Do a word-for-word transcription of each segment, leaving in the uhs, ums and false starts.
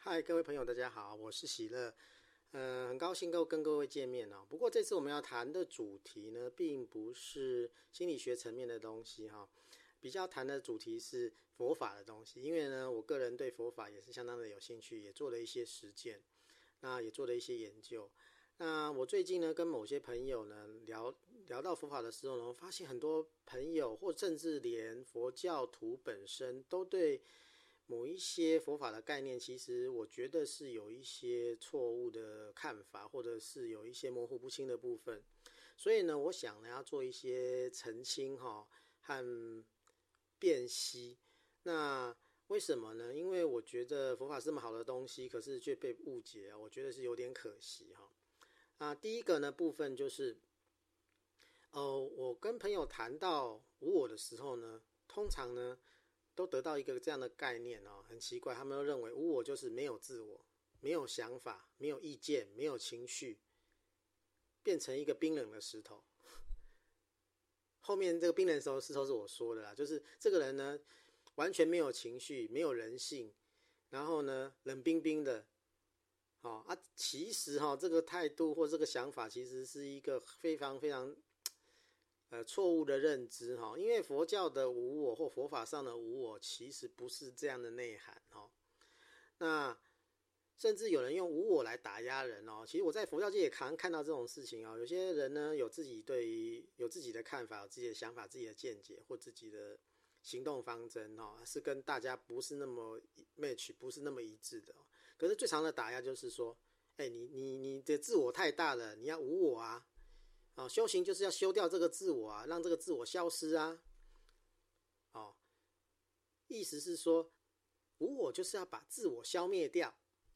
嗨，各位朋友，大家好，我是喜乐，嗯、呃，很高兴够跟各位见面哦。不过这次我们要谈的主题呢，并不是心理学层面的东西哈、哦，比较谈的主题是佛法的东西。因为呢，我个人对佛法也是相当的有兴趣，也做了一些实践，那也做了一些研究。那我最近呢，跟某些朋友呢聊聊到佛法的时候呢，我发现很多朋友，或甚至连佛教徒本身都对某一些佛法的概念，其实我觉得是有一些错误的看法，或者是有一些模糊不清的部分。所以呢，我想呢要做一些澄清哈和辨析。那为什么呢？因为我觉得佛法是这么好的东西，可是却被误解，我觉得是有点可惜哈。啊，第一个呢部分就是，呃，我跟朋友谈到无我的时候呢，通常呢都得到一个这样的概念哦，很奇怪，他们都认为无我就是没有自我，没有想法，没有意见，没有情绪，变成一个冰冷的石头。后面这个冰冷的石头是我说的啦，就是这个人呢完全没有情绪，没有人性，然后呢冷冰冰的。哦啊，其实哈、哦、这个态度或这个想法，其实是一个非常非常呃错误的认知哈、哦，因为佛教的无我或佛法上的无我，其实不是这样的内涵哈、哦。那甚至有人用无我来打压人哦。其实我在佛教界也常看到这种事情哦。有些人呢有自己对于有自己的看法、有自己的想法、自己的见解或自己的行动方针哦，是跟大家不是那么 match，不是那么一致的哦。可是最常的打压就是说，哎，你你你的自我太大了，你要无我啊。哦，修行就是要修掉这个自我啊，让这个自我消失啊。哦，意思是说，无我就是要把自我消灭掉。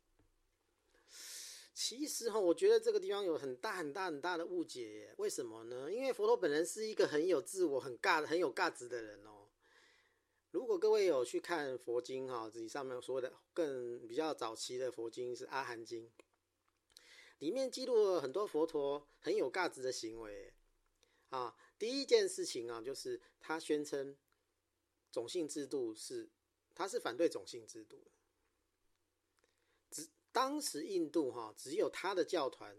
其实哈，我觉得这个地方有很大很大很大的误解耶。为什么呢？因为佛陀本人是一个很有自我、很尬、很有价值的人哦。如果各位有去看佛经哈，自己上面说的更比较早期的佛经是《阿含经》，里面记录了很多佛陀很有价值的行为啊。第一件事情啊，就是他宣称种姓制度是，他是反对种姓制度的。只当时印度哈只有他的教团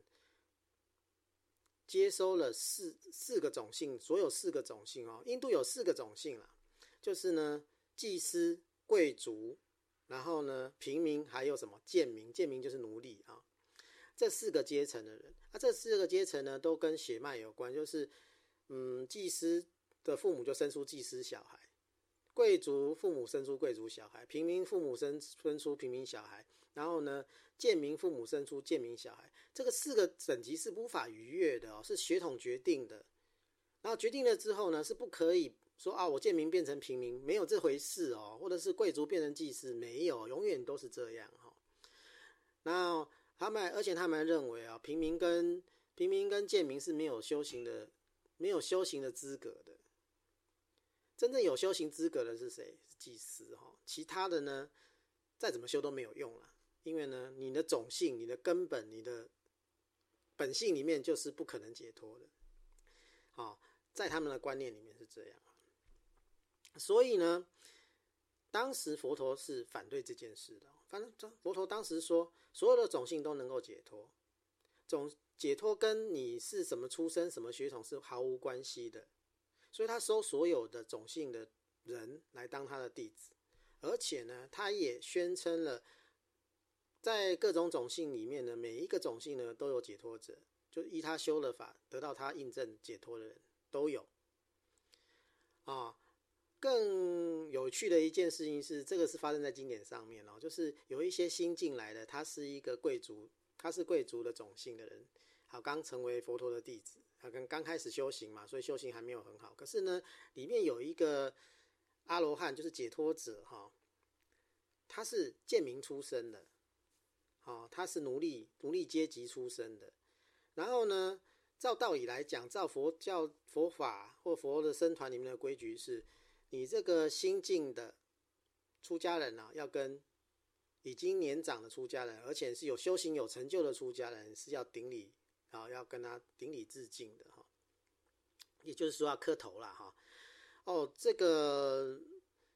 接收了四四个种姓，所有四个种姓哦，印度有四个种姓啦，就是呢祭司、贵族，然后呢平民，还有什么贱民？贱民就是奴隶啊。这四个阶层的人，啊，这四个阶层呢都跟血脉有关，就是嗯，祭司的父母就生出祭司小孩，贵族父母生出贵族小孩，平民父母生生出平民小孩，然后呢，贱民父母生出贱民小孩。这个四个等级是无法逾越的哦，是血统决定的。然后决定了之后呢，是不可以说啊，我贱民变成平民，没有这回事哦，或者是贵族变成祭司，没有，永远都是这样哈、哦。然后他们，而且他们认为啊，平民跟平民跟贱民是没有修行的，没有修行的资格的。真正有修行资格的是谁？是祭司哈。其他的呢，再怎么修都没有用了，因为呢，你的种性、你的根本、你的本性里面就是不可能解脱的。好，在他们的观念里面是这样。所以呢，当时佛陀是反对这件事的。反正佛陀当时说，所有的种姓都能够解脱，种解脱跟你是什么出身、什么血统是毫无关系的。所以他收所有的种姓的人来当他的弟子，而且呢，他也宣称了，在各种种姓里面呢，每一个种姓呢都有解脱者，就依他修了法得到他印证解脱的人都有啊。更有趣的一件事情是，这个是发生在经典上面哦，就是有一些新进来的，他是一个贵族，他是贵族的种姓的人，好，刚成为佛陀的弟子，他刚刚开始修行嘛，所以修行还没有很好。可是呢，里面有一个阿罗汉，就是解脱者哈，他是贱民出身的，哦，他是奴隶奴隶阶级出身的。然后呢，照道理来讲，照佛教佛法或佛的僧团里面的规矩是，你这个新进的出家人啊，要跟已经年长的出家人，而且是有修行有成就的出家人，是要顶礼啊，要跟他顶礼致敬的哈。也就是说要磕头啦哈。哦，这个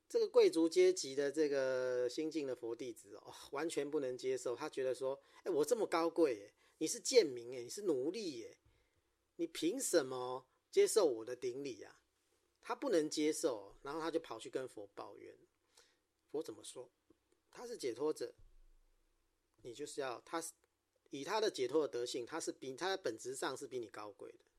这个贵族阶级的这个新进的佛弟子哦，完全不能接受。他觉得说，哎，我这么高贵耶，你是贱民耶，你是奴隶耶，你凭什么接受我的顶礼啊？他不能接受，然后他就跑去跟佛抱怨。佛怎么说？他是解脱者，你就是要他以他的解脱的德性，他是比他的本质上是比你高贵的。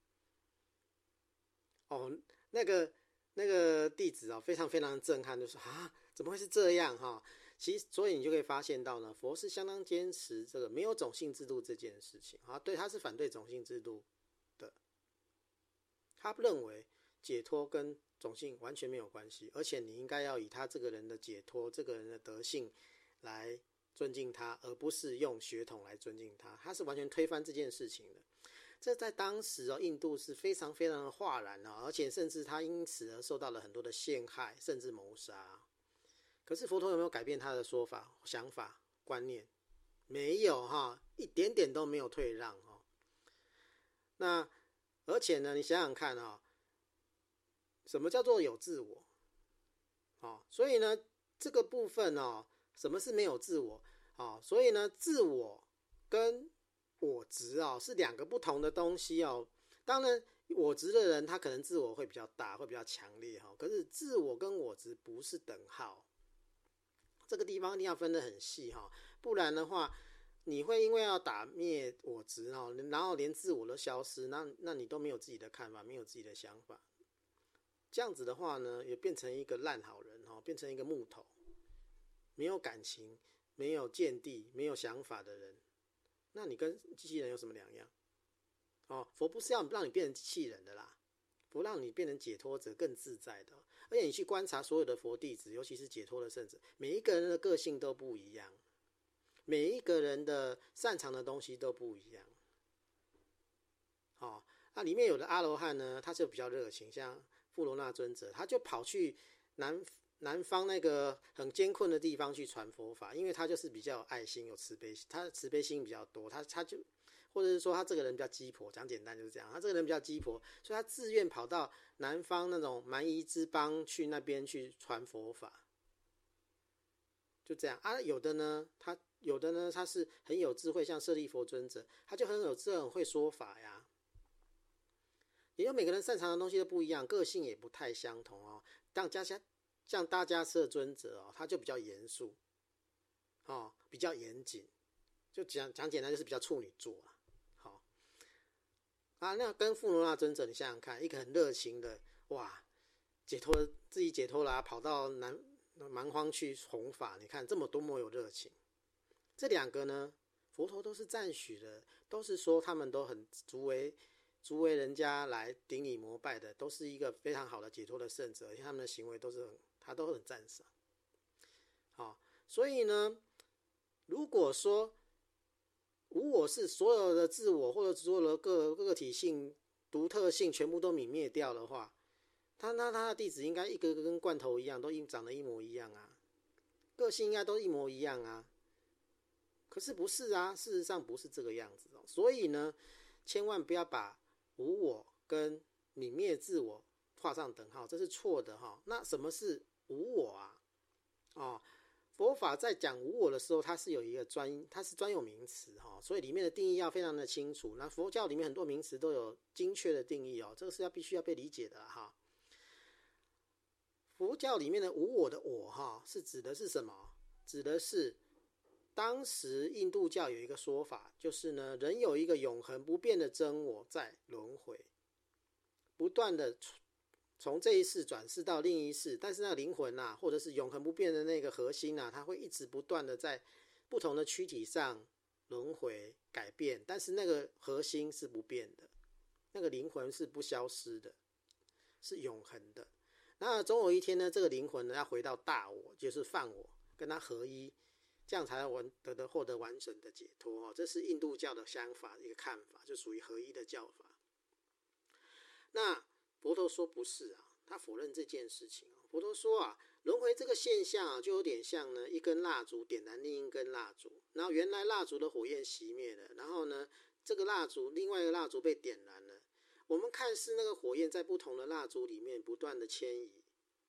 哦，那个那个弟子啊、哦，非常非常震撼，就说啊，怎么会是这样哈、哦？其实，所以你就可以发现到呢，佛是相当坚持这个没有种姓制度这件事情啊，对，他是反对种姓制度的。他认为解脱跟种姓完全没有关系，而且你应该要以他这个人的解脱、这个人的德性来尊敬他，而不是用血统来尊敬他。他是完全推翻这件事情的。这在当时哦，印度是非常非常的哗然哦，而且甚至他因此而受到了很多的陷害，甚至谋杀。可是佛陀有没有改变他的说法、想法、观念？没有哈，一点点都没有退让哦。那而且呢，你想想看哈，什么叫做有自我？哦，所以呢，这个部分哦，什么是没有自我？哦，所以呢，自我跟我执哦是两个不同的东西哦。当然，我执的人他可能自我会比较大，会比较强烈哈。可是自我跟我执不是等号，这个地方一定要分得很细哈，不然的话，你会因为要打灭我执哦，然后连自我都消失，那那你都没有自己的看法，没有自己的想法。这样子的话呢，也变成一个烂好人哦，变成一个木头，没有感情、没有见地、没有想法的人。那你跟机器人有什么两样？哦，佛不是要让你变成机器人的啦，佛让你变成解脱者，更自在的。而且你去观察所有的佛弟子，尤其是解脱的圣者，每一个人的个性都不一样，每一个人的擅长的东西都不一样。哦，那里面有的阿罗汉呢，他就比较热情，像富罗那尊者，他就跑去南南方那个很艰困的地方去传佛法，因为他就是比较有爱心、有慈悲心，他的慈悲心比较多，他他就或者是说他这个人比较鸡婆，讲简单就是这样，他这个人比较鸡婆，所以他自愿跑到南方那种蛮夷之邦去那边去传佛法，就这样啊。有的呢，他有的呢，他是很有智慧，像舍利佛尊者，他就很有智慧，很会说法呀。也有每个人擅长的东西都不一样，个性也不太相同哦。当家家像大家舍尊者哦，他就比较严肃，哦，比较严谨，就讲讲简单就是比较处女座啊。好啊，那跟富罗那尊者，你想想看，一个很热情的，哇，解脱自己解脱啦、啊，跑到南蛮荒去弘法，你看这么多么有热情。这两个呢，佛陀都是赞许的，都是说他们都很足为。足为人家来顶礼膜拜的，都是一个非常好的解脱的圣者，而且他们的行为都是很，他都很赞赏。好，所以呢，如果说无我是所有的自我或者所有的个个体性、独特性全部都泯灭掉的话，他那他的弟子应该一个个跟罐头一样，都长得一模一样啊，个性应该都一模一样啊。可是不是啊，事实上不是这个样子哦。所以呢，千万不要把无我跟泯灭自我画上等号，这是错的哈。那什么是无我啊？哦，佛法在讲无我的时候，它是有一个专，它是专有名词哈，所以里面的定义要非常的清楚。那佛教里面很多名词都有精确的定义哦，这个是要必须要被理解的哈。佛教里面的无我的我哈，是指的是什么？指的是当时印度教有一个说法，就是呢，人有一个永恒不变的真我在轮回，不断的从这一世转世到另一世，但是那个灵魂啊，或者是永恒不变的那个核心啊，它会一直不断的在不同的躯体上轮回改变，但是那个核心是不变的，那个灵魂是不消失的，是永恒的。那总有一天呢，这个灵魂呢要回到大我，就是梵我，跟它合一。这样才能得得获得完整的解脱，这是印度教的想法一个看法，就属于合一的教法。那佛陀说不是啊，他否认这件事情。佛陀说啊，轮回这个现象啊，就有点像呢一根蜡烛点燃另一根蜡烛，然后原来蜡烛的火焰熄灭了，然后呢这个蜡烛另外一个蜡烛被点燃了。我们看似那个火焰在不同的蜡烛里面不断的迁移，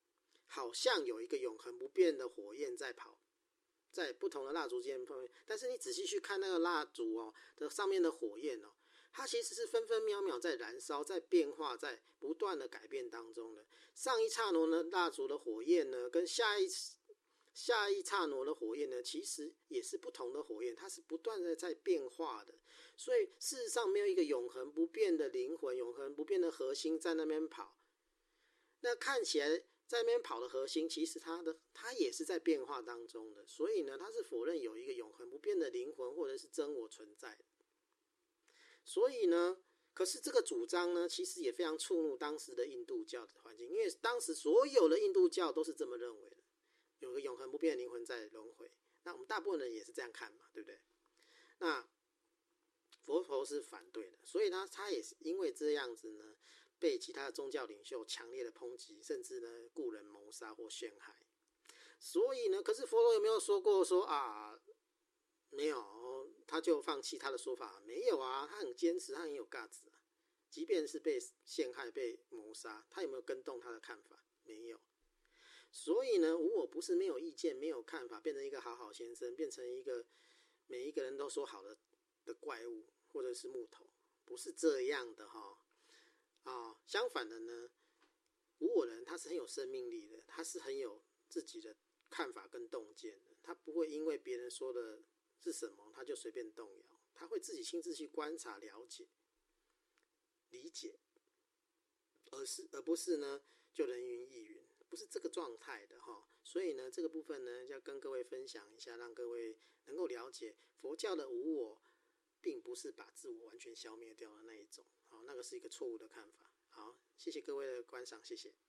好像有一个永恒不变的火焰在跑，在不同的蜡烛间碰，但是你仔细去看那个蜡烛哦的上面的火焰哦，它其实是分分秒秒在燃烧，在变化，在不断的改变当中的。上一刹那呢，蜡烛的火焰呢，跟下一下一刹那的火焰呢，其实也是不同的火焰，它是不断的在变化的。所以事实上没有一个永恒不变的灵魂，永恒不变的核心在那边跑。那看起来在那边跑的核心，其实它的它也是在变化当中的。所以呢，它是否认有一个永恒不变的灵魂或者是真我存在的。所以呢，可是这个主张呢，其实也非常触怒当时的印度教的环境，因为当时所有的印度教都是这么认为的，有个永恒不变的灵魂在轮回。那我们大部分人也是这样看嘛，对不对？那佛陀是反对的，所以呢，他也是因为这样子呢，被其他的宗教领袖强烈的抨击，甚至呢雇人谋杀或陷害。所以呢，可是佛陀有没有说过说啊，没有，他就放弃他的说法？没有啊，他很坚持，他很有 guts 啊。即便是被陷害、被谋杀，他有没有跟动他的看法？没有。所以呢，无我不是没有意见、没有看法，变成一个好好先生，变成一个每一个人都说好的的怪物，或者是木头，不是这样的哈。啊，相反的呢，无我人他是很有生命力的，他是很有自己的看法跟洞见的，他不会因为别人说的是什么，他就随便动摇，他会自己亲自去观察、了解、理解，而是而不是呢就人云亦云，不是这个状态的哈。所以呢，这个部分呢，要跟各位分享一下，让各位能够了解佛教的无我，并不是把自我完全消灭掉的那一种，好，那个是一个错误的看法。好，谢谢各位的观赏，谢谢。